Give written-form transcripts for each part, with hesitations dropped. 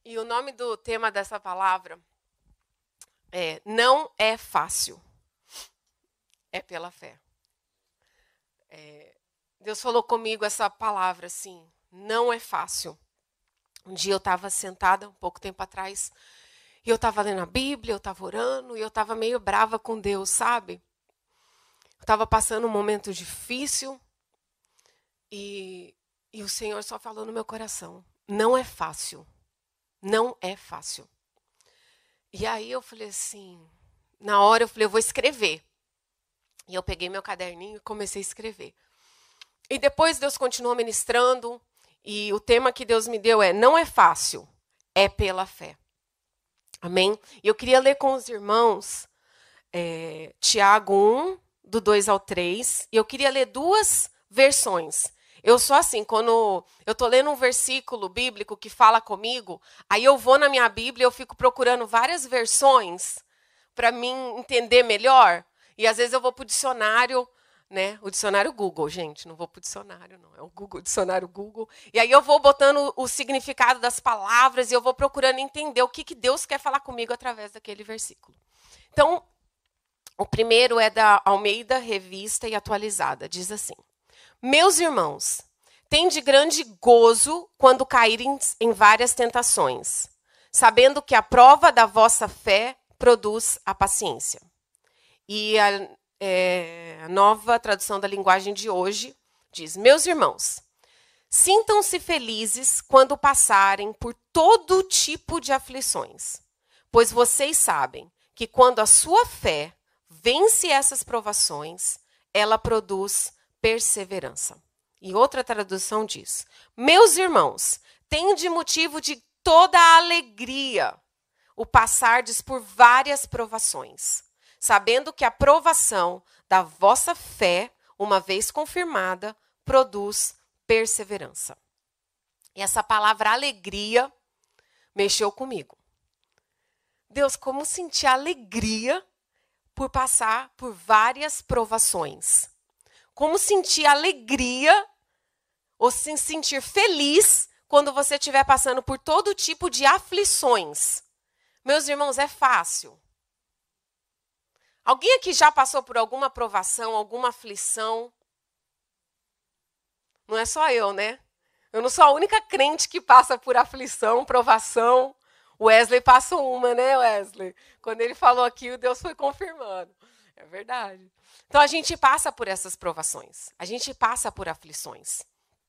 E o nome do tema dessa palavra é Não é fácil, é pela fé. Deus falou comigo essa palavra assim, não é fácil. Um dia eu estava sentada, um pouco tempo atrás, e eu estava lendo a Bíblia, eu estava orando, e eu estava meio brava com Deus, sabe? Eu estava passando um momento difícil, e o Senhor só falou no meu coração, não é fácil, não é fácil. E aí eu falei assim, na hora eu falei, eu vou escrever. E eu peguei meu caderninho e comecei a escrever. E depois Deus continuou ministrando, e o tema que Deus me deu é, não é fácil, é pela fé. Amém? E eu queria ler com os irmãos Tiago 1, do 2 ao 3, e eu queria ler duas versões. Eu sou assim, quando eu estou lendo um versículo bíblico que fala comigo, aí eu vou na minha Bíblia e eu fico procurando várias versões para mim entender melhor. E às vezes eu vou para o dicionário, né? O dicionário Google, gente, não vou para o dicionário, não. É o Google, o dicionário Google. E aí eu vou botando o significado das palavras e eu vou procurando entender o que Deus quer falar comigo através daquele versículo. Então, o primeiro é da Almeida Revista e Atualizada. Diz assim: Meus irmãos, tende grande gozo quando caírem em várias tentações, sabendo que a prova da vossa fé produz a paciência. E a nova tradução da linguagem de hoje diz: Meus irmãos, sintam-se felizes quando passarem por todo tipo de aflições, pois vocês sabem que quando a sua fé vence essas provações, ela produz perseverança. E outra tradução diz: Meus irmãos, tende motivo de toda a alegria o passardes por várias provações, sabendo que a provação da vossa fé, uma vez confirmada, produz perseverança. E essa palavra alegria mexeu comigo. Deus, como sentir alegria por passar por várias provações? Como sentir alegria ou se sentir feliz quando você estiver passando por todo tipo de aflições? Meus irmãos, é fácil. Alguém aqui já passou por alguma provação, alguma aflição? Não é só eu, né? Eu não sou a única crente que passa por aflição, provação. O Wesley passou uma, né, Wesley? Quando ele falou aqui, o Deus foi confirmando. É verdade. Então, a gente passa por essas provações. A gente passa por aflições.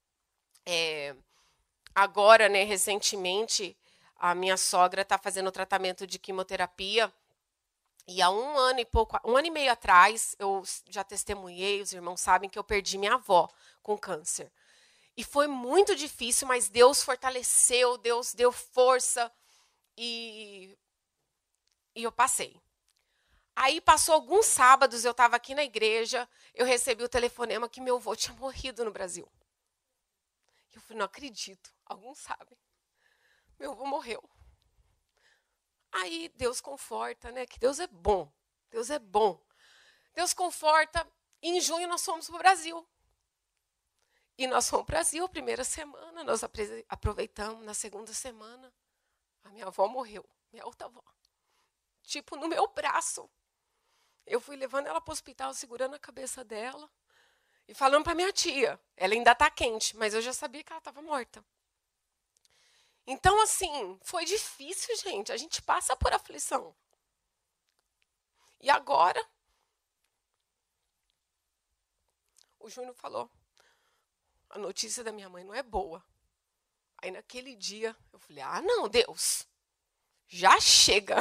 Agora, né, recentemente, a minha sogra está fazendo tratamento de quimioterapia. E há um ano e meio atrás, eu já testemunhei, os irmãos sabem que eu perdi minha avó com câncer. E foi muito difícil, mas Deus fortaleceu, Deus deu força e eu passei. Aí passou alguns sábados, eu estava aqui na igreja, eu recebi o telefonema que meu avô tinha morrido no Brasil. Eu falei, não acredito, alguns sabem. Meu avô morreu. Aí Deus conforta, né? Que Deus é bom. Deus é bom. Deus conforta. E em junho nós fomos para o Brasil. E nós fomos para o Brasil, a primeira semana. Nós aproveitamos. Na segunda semana, a minha avó morreu. Minha outra avó. Tipo, no meu braço. Eu fui levando ela para o hospital, segurando a cabeça dela. E falando para minha tia. Ela ainda está quente, mas eu já sabia que ela estava morta. Então, assim, foi difícil, gente. A gente passa por aflição. E agora, o Júnior falou, a notícia da minha mãe não é boa. Aí, naquele dia, eu falei, não, Deus, já chega.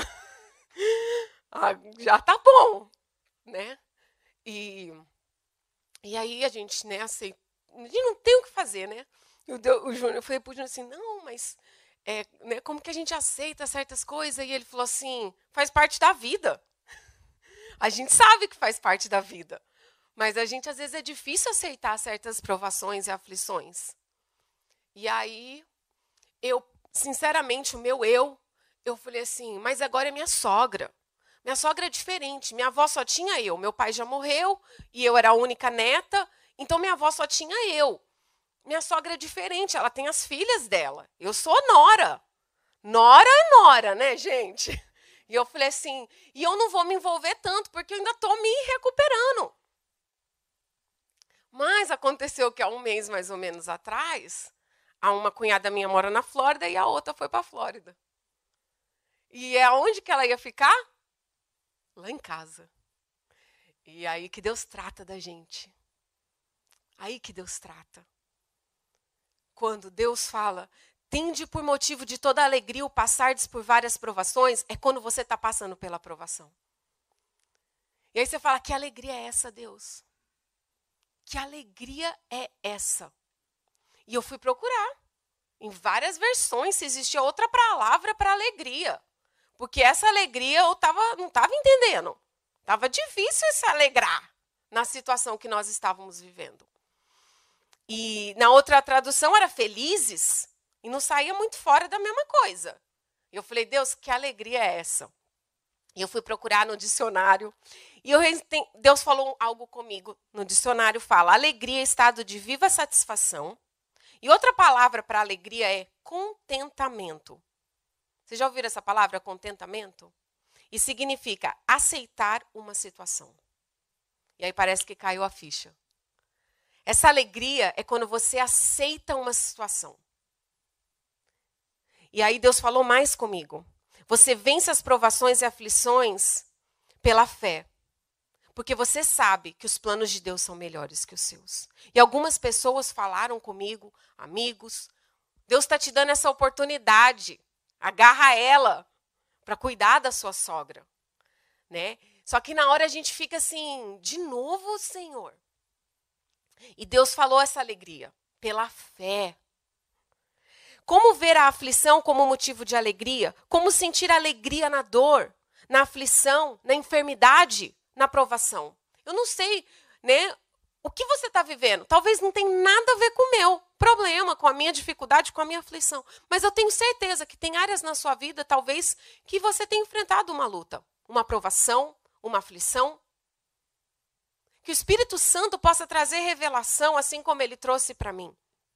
Já tá bom, né? E aí, a gente, né, aceita. A gente não tem o que fazer, né? O Júnior, eu falei pro Júnior assim, não, mas... né, como que a gente aceita certas coisas? E ele falou assim, faz parte da vida. A gente sabe que faz parte da vida. Mas a gente, às vezes, é difícil aceitar certas provações e aflições. E aí, sinceramente, eu falei assim, mas agora é minha sogra. Minha sogra é diferente. Minha avó só tinha eu. Meu pai já morreu e eu era a única neta. Então, minha avó só tinha eu. Minha sogra é diferente, ela tem as filhas dela. Eu sou nora, Nora é nora, né, gente? E eu falei assim, e eu não vou me envolver tanto, porque eu ainda estou me recuperando. Mas aconteceu que há um mês, mais ou menos, atrás, uma cunhada minha mora na Flórida e a outra foi para a Flórida. E é onde que ela ia ficar? Lá em casa. E aí que Deus trata da gente. Aí que Deus trata. Quando Deus fala, tende por motivo de toda alegria o passardes por várias provações, é quando você está passando pela provação. E aí você fala, que alegria é essa, Deus? Que alegria é essa? E eu fui procurar em várias versões se existia outra palavra para alegria. Porque essa alegria eu não estava entendendo. Estava difícil se alegrar na situação que nós estávamos vivendo. E na outra tradução era felizes e não saía muito fora da mesma coisa. E eu falei, Deus, que alegria é essa? E eu fui procurar no dicionário. E Deus falou algo comigo. No dicionário fala, alegria é estado de viva satisfação. E outra palavra para alegria é contentamento. Vocês já ouviram essa palavra, contentamento? E significa aceitar uma situação. E aí parece que caiu a ficha. Essa alegria é quando você aceita uma situação. E aí Deus falou mais comigo. Você vence as provações e aflições pela fé. Porque você sabe que os planos de Deus são melhores que os seus. E algumas pessoas falaram comigo, amigos, Deus está te dando essa oportunidade. Agarra ela para cuidar da sua sogra. Né? Só que na hora a gente fica assim, de novo, Senhor. E Deus falou essa alegria, pela fé. Como ver a aflição como motivo de alegria? Como sentir alegria na dor, na aflição, na enfermidade, na provação? Eu não sei, né? O que você está vivendo? Talvez não tenha nada a ver com o meu problema, com a minha dificuldade, com a minha aflição. Mas eu tenho certeza que tem áreas na sua vida, talvez, que você tenha enfrentado uma luta, uma provação, uma aflição. Que o Espírito Santo possa trazer revelação, assim como ele trouxe para mim.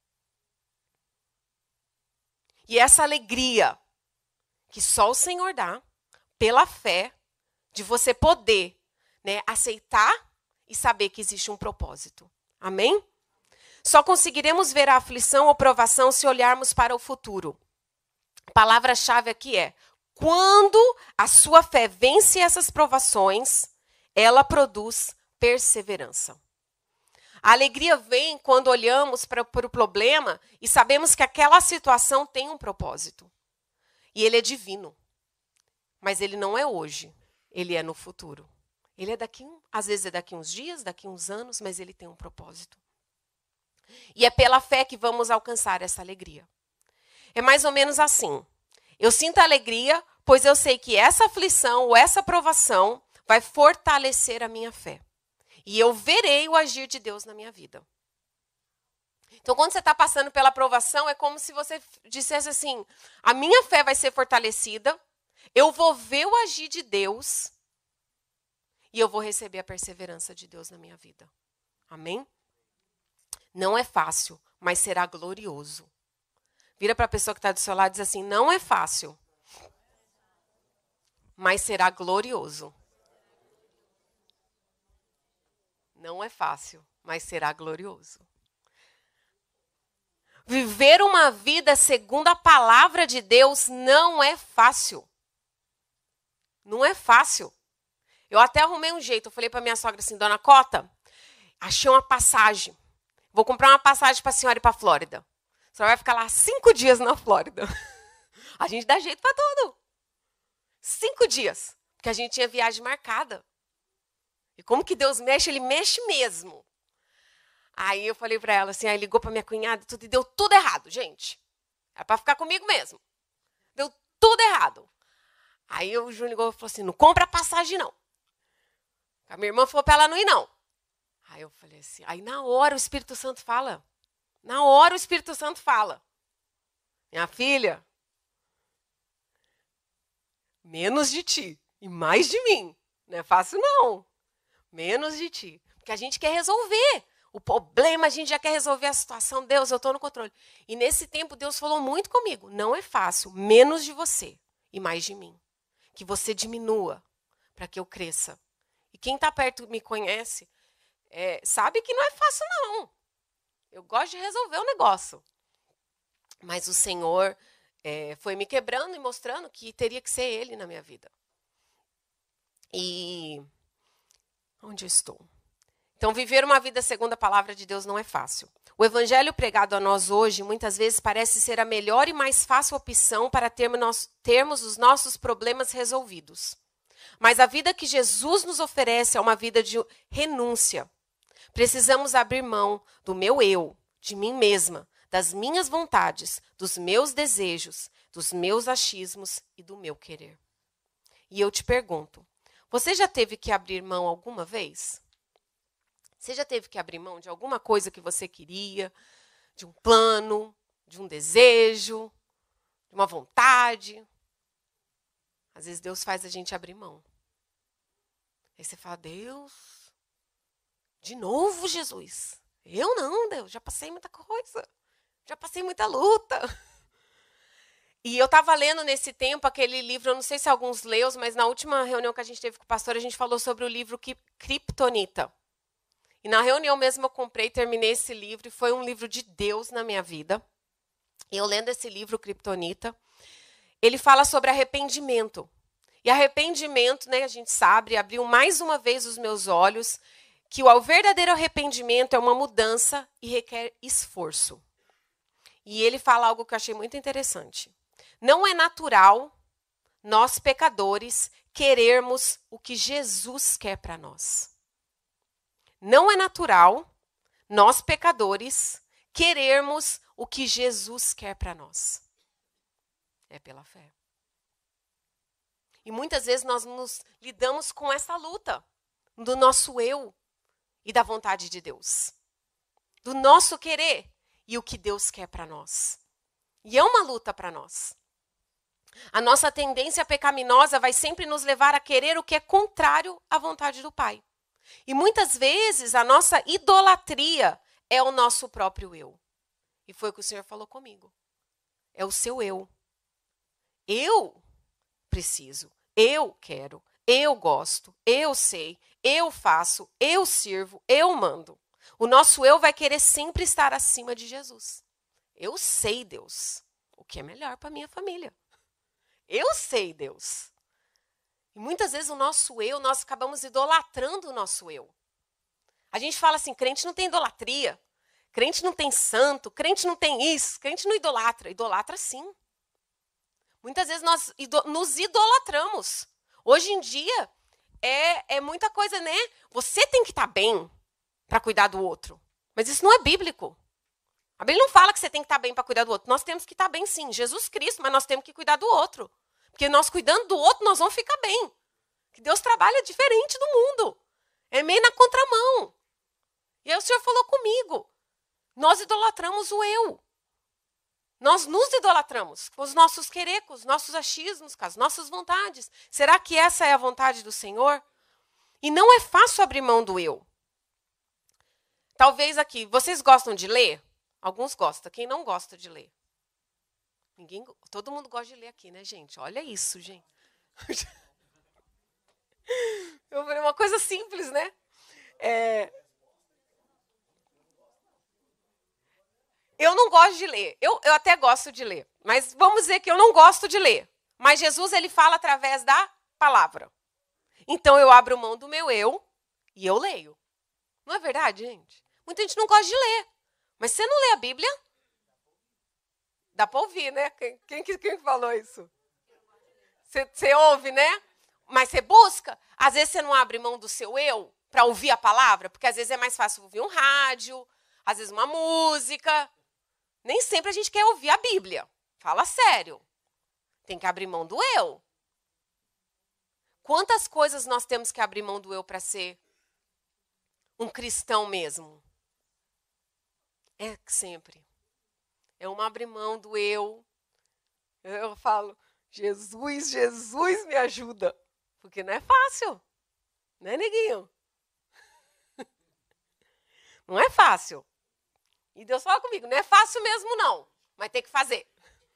E essa alegria que só o Senhor dá, pela fé, de você poder, né, aceitar e saber que existe um propósito. Amém? Só conseguiremos ver a aflição ou provação se olharmos para o futuro. A palavra-chave aqui é, quando a sua fé vence essas provações, ela produz perseverança. A alegria vem quando olhamos para o problema e sabemos que aquela situação tem um propósito. E ele é divino. Mas ele não é hoje, ele é no futuro. Ele é às vezes é daqui uns dias, daqui uns anos, mas ele tem um propósito. E é pela fé que vamos alcançar essa alegria. É mais ou menos assim. Eu sinto alegria, pois eu sei que essa aflição ou essa provação vai fortalecer a minha fé. E eu verei o agir de Deus na minha vida. Então, quando você está passando pela provação, é como se você dissesse assim, a minha fé vai ser fortalecida, eu vou ver o agir de Deus e eu vou receber a perseverança de Deus na minha vida. Amém? Não é fácil, mas será glorioso. Vira para a pessoa que está do seu lado e diz assim, não é fácil, mas será glorioso. Não é fácil, mas será glorioso. Viver uma vida segundo a palavra de Deus não é fácil. Não é fácil. Eu até arrumei um jeito. Eu falei para minha sogra assim, dona Cota, achei uma passagem. Vou comprar uma passagem para a senhora ir para a Flórida. A senhora vai ficar lá 5 dias na Flórida. A gente dá jeito para tudo. 5 dias. Porque a gente tinha viagem marcada. E como que Deus mexe, ele mexe mesmo. Aí eu falei para ela assim, aí ligou para minha cunhada e deu tudo errado, gente. Era para ficar comigo mesmo. Deu tudo errado. Aí o Júnior ligou e falou assim, não compra passagem não. A minha irmã falou para ela não ir não. Aí eu falei assim, aí na hora o Espírito Santo fala. Na hora o Espírito Santo fala. Minha filha, menos de ti e mais de mim. Não é fácil não. Menos de ti. Porque a gente quer resolver. O problema, a gente já quer resolver a situação. Deus, eu estou no controle. E nesse tempo, Deus falou muito comigo. Não é fácil, menos de você e mais de mim. Que você diminua para que eu cresça. E quem está perto me conhece, sabe que não é fácil, não. Eu gosto de resolver o negócio. Mas o Senhor foi me quebrando e mostrando que teria que ser Ele na minha vida. E onde eu estou? Então, viver uma vida segundo a palavra de Deus não é fácil. O evangelho pregado a nós hoje, muitas vezes, parece ser a melhor e mais fácil opção para termos os nossos problemas resolvidos. Mas a vida que Jesus nos oferece é uma vida de renúncia. Precisamos abrir mão do meu eu, de mim mesma, das minhas vontades, dos meus desejos, dos meus achismos e do meu querer. E eu te pergunto, você já teve que abrir mão alguma vez? Você já teve que abrir mão de alguma coisa que você queria, de um plano, de um desejo, de uma vontade? Às vezes Deus faz a gente abrir mão. Aí você fala, Deus, de novo, Jesus? Eu não, Deus, já passei muita coisa, já passei muita luta. E eu estava lendo nesse tempo aquele livro, eu não sei se alguns leram, mas na última reunião que a gente teve com o pastor, a gente falou sobre o livro Kryptonita. E na reunião mesmo eu comprei, terminei esse livro, e foi um livro de Deus na minha vida. E eu lendo esse livro, Kryptonita, ele fala sobre arrependimento. E arrependimento, né, a gente sabe, abriu mais uma vez os meus olhos, que o verdadeiro arrependimento é uma mudança e requer esforço. E ele fala algo que eu achei muito interessante. Não é natural nós, pecadores, querermos o que Jesus quer para nós. Não é natural nós, pecadores, querermos o que Jesus quer para nós. É pela fé. E muitas vezes nós nos lidamos com essa luta do nosso eu e da vontade de Deus. Do nosso querer e o que Deus quer para nós. E é uma luta para nós. A nossa tendência pecaminosa vai sempre nos levar a querer o que é contrário à vontade do Pai. E muitas vezes a nossa idolatria é o nosso próprio eu. E foi o que o Senhor falou comigo. É o seu eu. Eu preciso, eu quero, eu gosto, eu sei, eu faço, eu sirvo, eu mando. O nosso eu vai querer sempre estar acima de Jesus. Eu sei, Deus, o que é melhor para minha família. Eu sei, Deus. E muitas vezes o nosso eu, nós acabamos idolatrando o nosso eu. A gente fala assim, crente não tem idolatria, crente não tem santo, crente não tem isso, crente não idolatra. Idolatra sim. Muitas vezes nós nos idolatramos. Hoje em dia, é muita coisa, né? Você tem que estar bem para cuidar do outro. Mas isso não é bíblico. A Bíblia não fala que você tem que estar bem para cuidar do outro. Nós temos que estar bem sim, Jesus Cristo, mas nós temos que cuidar do outro. Porque nós cuidando do outro, nós vamos ficar bem. Que Deus trabalha diferente do mundo. É meio na contramão. E aí o Senhor falou comigo. Nós idolatramos o eu. Nós nos idolatramos com os nossos querer, com os nossos achismos, com as nossas vontades. Será que essa é a vontade do Senhor? E não é fácil abrir mão do eu. Talvez aqui, vocês gostam de ler? Alguns gostam. Quem não gosta de ler? Todo mundo gosta de ler aqui, né, gente? Olha isso, gente. Eu falei uma coisa simples, né? Eu não gosto de ler. Eu até gosto de ler. Mas vamos dizer que eu não gosto de ler. Mas Jesus, ele fala através da palavra. Então, eu abro mão do meu eu e eu leio. Não é verdade, gente? Muita gente não gosta de ler. Mas você não lê a Bíblia? Dá para ouvir, né? Quem falou isso? Você ouve, né? Mas você busca. Às vezes, você não abre mão do seu eu para ouvir a palavra. Porque, às vezes, é mais fácil ouvir um rádio. Às vezes, uma música. Nem sempre a gente quer ouvir a Bíblia. Fala sério. Tem que abrir mão do eu. Quantas coisas nós temos que abrir mão do eu para ser um cristão mesmo? É sempre. É uma abrir mão do eu. Eu falo, Jesus, Jesus me ajuda. Porque não é fácil. Né, neguinho? Não é fácil. E Deus fala comigo, não é fácil mesmo não, mas tem que fazer.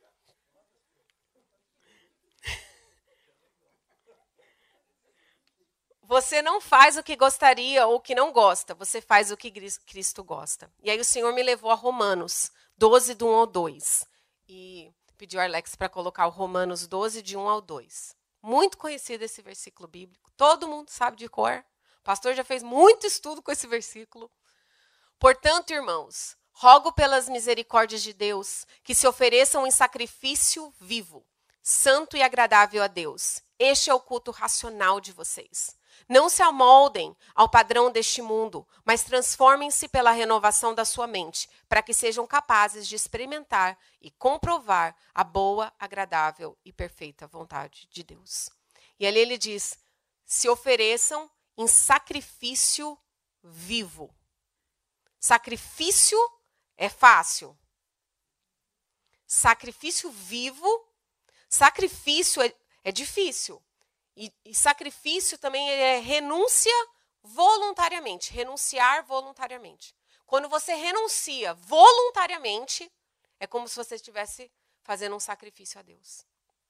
Você não faz o que gostaria ou o que não gosta, você faz o que Cristo gosta. E aí o Senhor me levou a Romanos 12, do 1 ao 2. E pediu a Alex para colocar o Romanos 12, de 1 ao 2. Muito conhecido esse versículo bíblico. Todo mundo sabe de cor. O pastor já fez muito estudo com esse versículo. Portanto, irmãos, rogo pelas misericórdias de Deus que se ofereçam em sacrifício vivo, santo e agradável a Deus. Este é o culto racional de vocês. Não se amoldem ao padrão deste mundo, mas transformem-se pela renovação da sua mente, para que sejam capazes de experimentar e comprovar a boa, agradável e perfeita vontade de Deus. E ali ele diz, se ofereçam em sacrifício vivo. Sacrifício é fácil. Sacrifício vivo, sacrifício é difícil. E sacrifício também é renúncia voluntariamente, renunciar voluntariamente. Quando você renuncia voluntariamente, é como se você estivesse fazendo um sacrifício a Deus.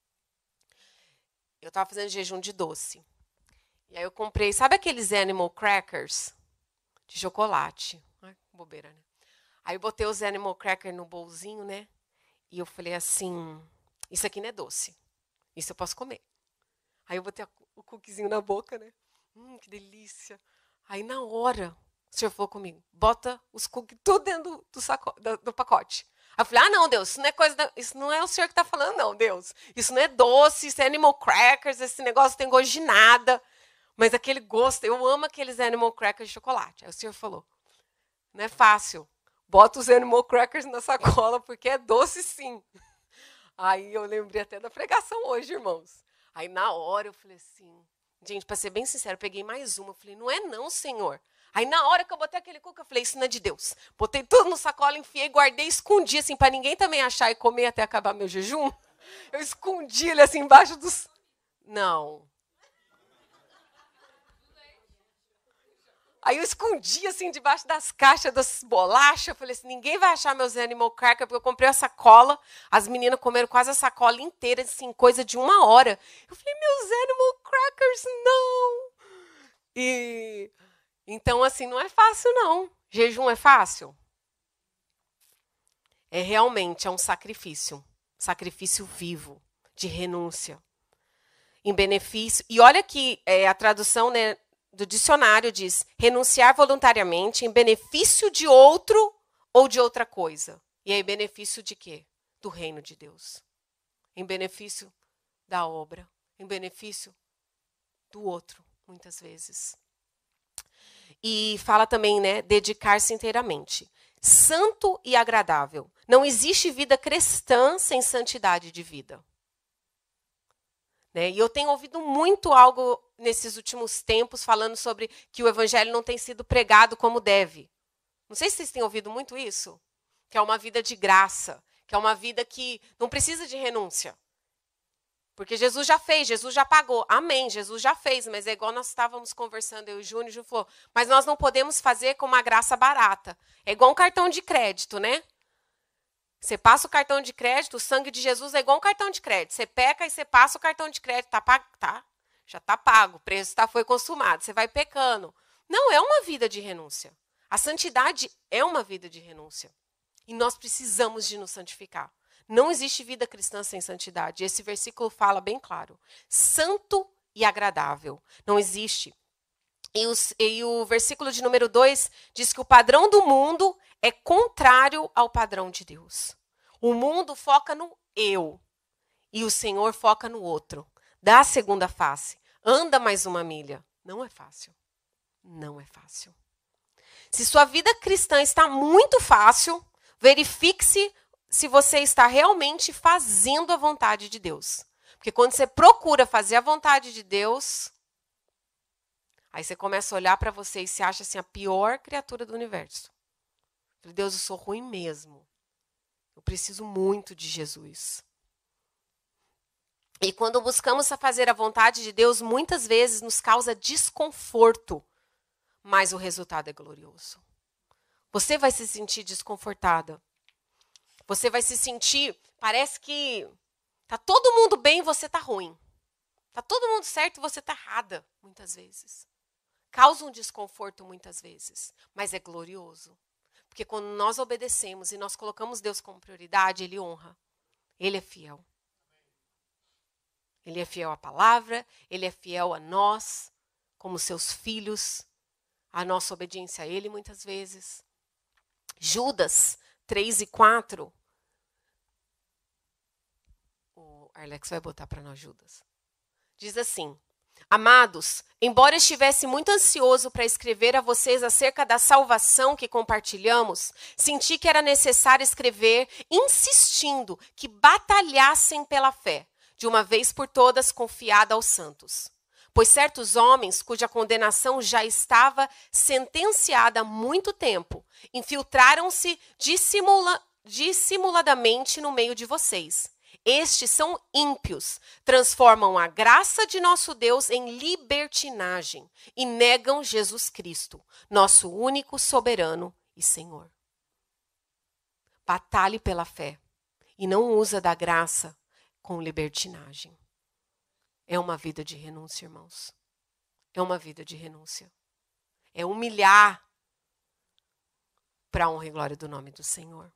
Eu estava fazendo jejum de doce. E aí eu comprei, sabe aqueles animal crackers de chocolate? Ai, que bobeira, né? Aí eu botei os animal crackers no bolzinho, né? E eu falei assim, isso aqui não é doce. Isso eu posso comer. Aí eu botei o cookiezinho na boca, né? Que delícia. Aí na hora, o senhor falou comigo, bota os cookies tudo dentro do pacote. Aí eu falei, ah não, Deus, isso não é isso não é o senhor que está falando, não, Deus. Isso não é doce, isso é animal crackers, esse negócio tem gosto de nada. Mas aquele gosto, eu amo aqueles animal crackers de chocolate. Aí o senhor falou, não é fácil. Bota os animal crackers na sacola, porque é doce sim. Aí eu lembrei até da pregação hoje, irmãos. Aí na hora eu falei assim, gente, para ser bem sincero, eu peguei mais uma. Eu falei, não é não, Senhor. Aí na hora que eu botei aquele cookie, eu falei, isso não é de Deus. Botei tudo no sacola, enfiei, guardei, escondi, assim, para ninguém também achar e comer até acabar meu jejum. Eu escondi ele assim embaixo dos... Não. Aí eu escondi, assim, debaixo das caixas das bolachas. Eu falei assim, ninguém vai achar meus animal crackers, porque eu comprei a sacola. As meninas comeram quase a sacola inteira, assim, coisa de 1 hora. Eu falei, meus animal crackers, não. E então, assim, não é fácil, não. Jejum é fácil? É realmente, é um sacrifício. Sacrifício vivo, de renúncia. Em benefício. E olha que a tradução, né, do dicionário diz renunciar voluntariamente em benefício de outro ou de outra coisa. E aí, benefício de quê? Do reino de Deus. Em benefício da obra. Em benefício do outro, muitas vezes. E fala também, né, dedicar-se inteiramente. Santo e agradável. Não existe vida cristã sem santidade de vida. Né? E eu tenho ouvido muito algo nesses últimos tempos falando sobre que o evangelho não tem sido pregado como deve. Não sei se vocês têm ouvido muito isso. Que é uma vida de graça. Que é uma vida que não precisa de renúncia. Porque Jesus já fez, Jesus já pagou. Amém, Jesus já fez. Mas é igual nós estávamos conversando, eu e o Júnior falou, mas nós não podemos fazer com uma graça barata. É igual um cartão de crédito, né? Você passa o cartão de crédito, o sangue de Jesus é igual um cartão de crédito. Você peca e você passa o cartão de crédito, já está pago, o preço foi consumado. Você vai pecando. Não é uma vida de renúncia. A santidade é uma vida de renúncia. E nós precisamos de nos santificar. Não existe vida cristã sem santidade. Esse versículo fala bem claro. Santo e agradável. Não existe. E o versículo de número 2 diz que o padrão do mundo é contrário ao padrão de Deus. O mundo foca no eu e o Senhor foca no outro. Dá a segunda face. Anda mais uma milha. Não é fácil. Não é fácil. Se sua vida cristã está muito fácil, verifique-se se você está realmente fazendo a vontade de Deus. Porque quando você procura fazer a vontade de Deus, aí você começa a olhar para você e se acha assim a pior criatura do universo. Deus, eu sou ruim mesmo. Eu preciso muito de Jesus. E quando buscamos fazer a vontade de Deus, muitas vezes nos causa desconforto, mas o resultado é glorioso. Você vai se sentir desconfortada. Você vai se sentir, parece que tá todo mundo bem e você tá ruim. Tá todo mundo certo e você tá errada, muitas vezes. Causa um desconforto muitas vezes, mas é glorioso. Porque quando nós obedecemos e nós colocamos Deus como prioridade, Ele honra. Ele é fiel. Ele é fiel à palavra, Ele é fiel a nós, como seus filhos, a nossa obediência a Ele muitas vezes. Judas 3:4. O Arlex vai botar para nós Judas. Diz assim: Amados, embora estivesse muito ansioso para escrever a vocês acerca da salvação que compartilhamos, senti que era necessário escrever insistindo que batalhassem pela fé, de uma vez por todas confiada aos santos. Pois certos homens, cuja condenação já estava sentenciada há muito tempo, infiltraram-se dissimuladamente no meio de vocês. Estes são ímpios, transformam a graça de nosso Deus em libertinagem e negam Jesus Cristo, nosso único soberano e Senhor. Batalhe pela fé e não usa da graça com libertinagem. É uma vida de renúncia, irmãos. É uma vida de renúncia. É humilhar para a honra e glória do nome do Senhor.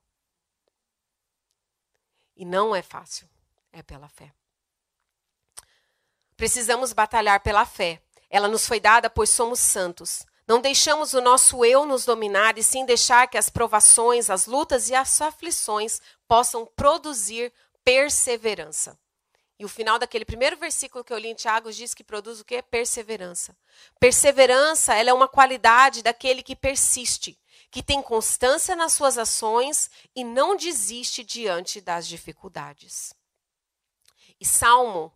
E não é fácil, é pela fé. Precisamos batalhar pela fé. Ela nos foi dada, pois somos santos. Não deixamos o nosso eu nos dominar e sim deixar que as provações, as lutas e as aflições possam produzir perseverança. E o final daquele primeiro versículo que eu li em Tiago diz que produz o quê? Perseverança. Perseverança, ela é uma qualidade daquele que persiste, que tem constância nas suas ações e não desiste diante das dificuldades. E Salmo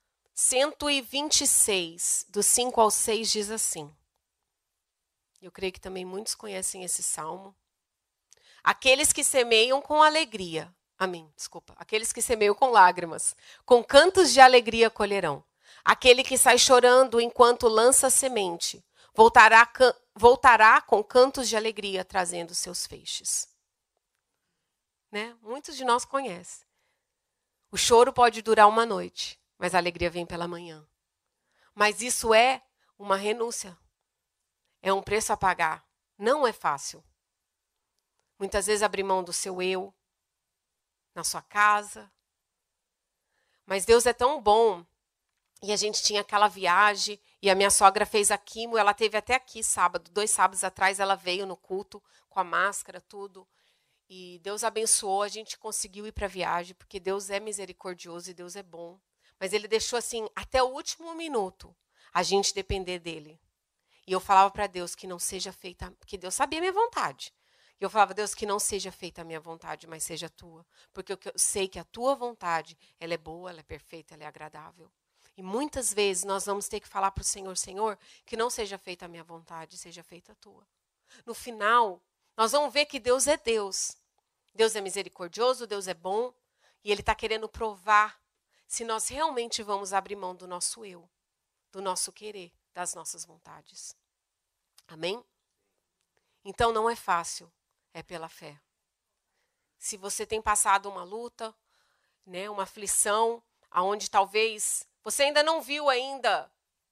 126, do 5 ao 6, diz assim. Eu creio que também muitos conhecem esse salmo. Aqueles que semeiam com alegria. Aqueles que semeiam com lágrimas, com cantos de alegria colherão. Aquele que sai chorando enquanto lança a semente, voltará com cantos de alegria, trazendo seus feixes. Né? Muitos de nós conhecem. O choro pode durar uma noite, mas a alegria vem pela manhã. Mas isso é uma renúncia. É um preço a pagar. Não é fácil. Muitas vezes abrir mão do seu eu, na sua casa. Mas Deus é tão bom. E a gente tinha aquela viagem, e a minha sogra fez a quimo, ela teve até aqui sábado, 2 sábados atrás, ela veio no culto, com a máscara, tudo. E Deus abençoou, a gente conseguiu ir para a viagem, porque Deus é misericordioso e Deus é bom. Mas Ele deixou assim, até o último minuto, a gente depender dEle. E eu falava para Deus que não seja feita, porque Deus sabia a minha vontade. E eu falava, Deus, que não seja feita a minha vontade, mas seja a tua. Porque eu sei que a tua vontade, ela é boa, ela é perfeita, ela é agradável. E muitas vezes nós vamos ter que falar para o Senhor, Senhor, que não seja feita a minha vontade, seja feita a tua. No final, nós vamos ver que Deus é Deus. Deus é misericordioso, Deus é bom. E Ele está querendo provar se nós realmente vamos abrir mão do nosso eu, do nosso querer, das nossas vontades. Amém? Então não é fácil. É pela fé. Se você tem passado uma luta, né, uma aflição, aonde talvez você ainda não viu ainda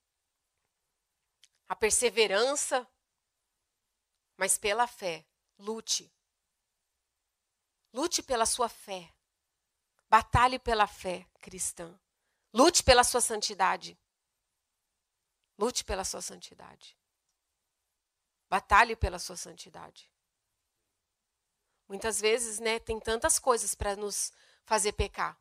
a perseverança, mas pela fé, lute. Lute pela sua fé. Batalhe pela fé cristã. Lute pela sua santidade. Lute pela sua santidade. Batalhe pela sua santidade. Muitas vezes, né, tem tantas coisas para nos fazer pecar.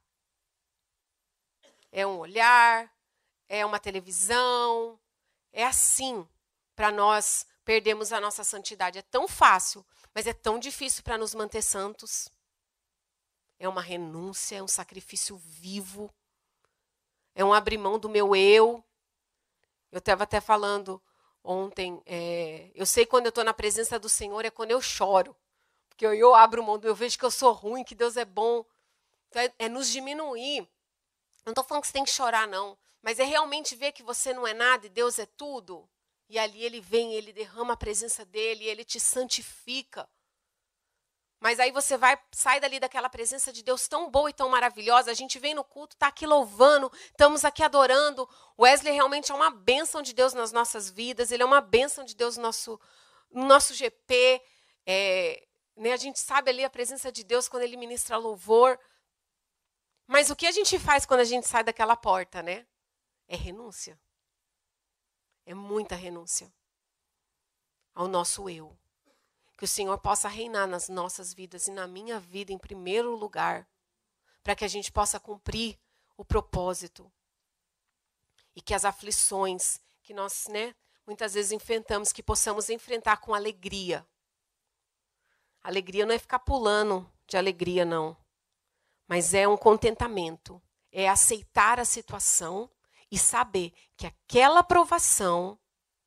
É um olhar, é uma televisão, é assim para nós perdermos a nossa santidade. É tão fácil, mas é tão difícil para nos manter santos. É uma renúncia, é um sacrifício vivo, é um abrir mão do meu eu. Eu estava até falando ontem, eu sei quando eu estou na presença do Senhor é quando eu choro. Porque eu abro mão, eu vejo que eu sou ruim, que Deus é bom. Então, é nos diminuir. Não estou falando que você tem que chorar, não. Mas é realmente ver que você não é nada e Deus é tudo. E ali ele vem, ele derrama a presença dele, ele te santifica. Mas aí você sai dali daquela presença de Deus tão boa e tão maravilhosa. A gente vem no culto, está aqui louvando, estamos aqui adorando. O Wesley realmente é uma bênção de Deus nas nossas vidas. Ele é uma bênção de Deus no nosso GP. A gente sabe ali a presença de Deus quando ele ministra louvor. Mas o que a gente faz quando a gente sai daquela porta, né? É renúncia. É muita renúncia ao nosso eu. Que o Senhor possa reinar nas nossas vidas e na minha vida em primeiro lugar, para que a gente possa cumprir o propósito. E que as aflições que nós, muitas vezes enfrentamos, que possamos enfrentar com alegria. Alegria não é ficar pulando de alegria, não. Mas é um contentamento. É aceitar a situação e saber que aquela provação,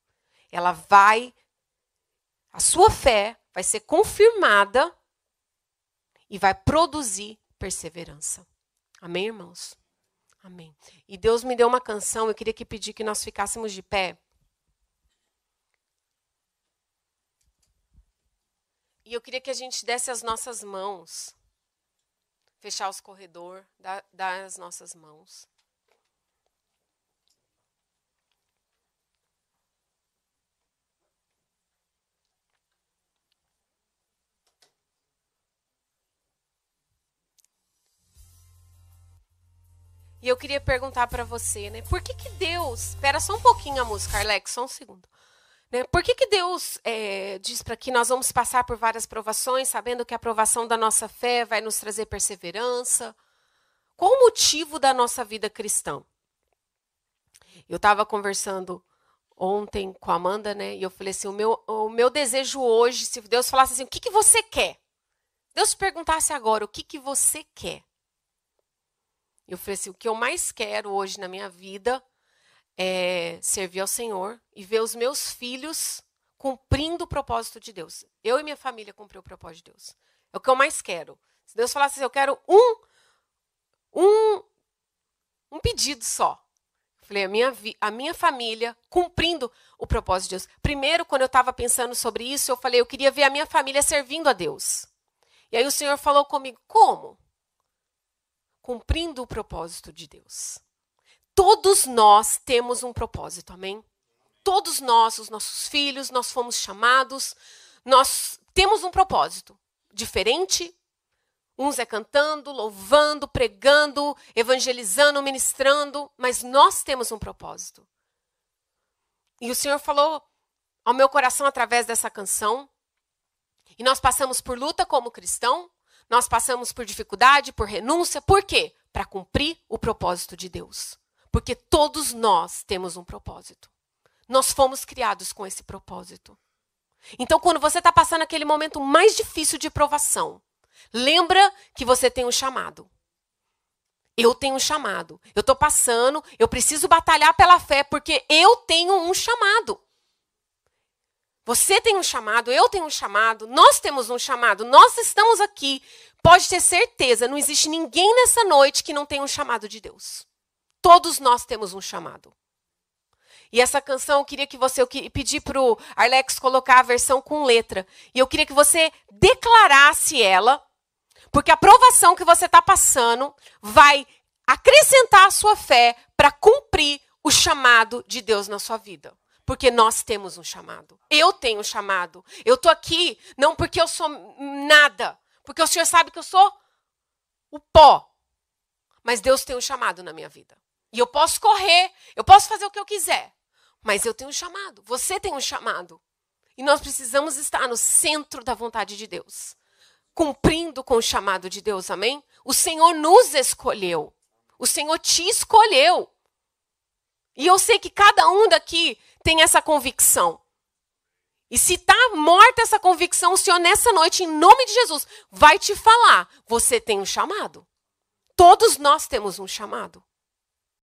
a sua fé vai ser confirmada e vai produzir perseverança. Amém, irmãos? Amém. E Deus me deu uma canção, eu queria pedir que nós ficássemos de pé. E eu queria que a gente desse as nossas mãos. Fechar os corredores, dar as nossas mãos. E eu queria perguntar para você, por que Deus... Espera só um pouquinho a música, Arlex, só um segundo. Por que Deus diz para que nós vamos passar por várias provações, sabendo que a provação da nossa fé vai nos trazer perseverança? Qual o motivo da nossa vida cristã? Eu estava conversando ontem com a Amanda, e eu falei assim, o meu desejo hoje, se Deus falasse assim, o que você quer? Deus perguntasse agora, o que você quer? Eu falei assim, o que eu mais quero hoje na minha vida é servir ao Senhor e ver os meus filhos cumprindo o propósito de Deus. Eu e minha família cumprir o propósito de Deus. É o que eu mais quero. Se Deus falasse assim, eu quero um pedido só. Eu falei, a minha família cumprindo o propósito de Deus. Primeiro, quando eu estava pensando sobre isso, eu falei, eu queria ver a minha família servindo a Deus. E aí o Senhor falou comigo, como? Cumprindo o propósito de Deus. Todos nós temos um propósito, amém? Todos nós, os nossos filhos, nós fomos chamados, nós temos um propósito diferente. Uns é cantando, louvando, pregando, evangelizando, ministrando, mas nós temos um propósito. E o Senhor falou ao meu coração através dessa canção. E nós passamos por luta como cristão, nós passamos por dificuldade, por renúncia. Por quê? Para cumprir o propósito de Deus. Porque todos nós temos um propósito. Nós fomos criados com esse propósito. Então, quando você está passando aquele momento mais difícil de provação, lembra que você tem um chamado. Eu tenho um chamado. Eu estou passando, eu preciso batalhar pela fé, porque eu tenho um chamado. Você tem um chamado, eu tenho um chamado, nós temos um chamado, nós estamos aqui. Pode ter certeza, não existe ninguém nessa noite que não tenha um chamado de Deus. Todos nós temos um chamado. E essa canção, eu pedi para o Arlex colocar a versão com letra. E eu queria que você declarasse ela, porque a provação que você está passando vai acrescentar a sua fé para cumprir o chamado de Deus na sua vida. Porque nós temos um chamado. Eu tenho um chamado. Eu estou aqui não porque eu sou nada. Porque o Senhor sabe que eu sou o pó. Mas Deus tem um chamado na minha vida. E eu posso correr, eu posso fazer o que eu quiser. Mas eu tenho um chamado. Você tem um chamado. E nós precisamos estar no centro da vontade de Deus. Cumprindo com o chamado de Deus, amém? O Senhor nos escolheu. O Senhor te escolheu. E eu sei que cada um daqui tem essa convicção. E se está morta essa convicção, o Senhor nessa noite, em nome de Jesus, vai te falar. Você tem um chamado. Todos nós temos um chamado.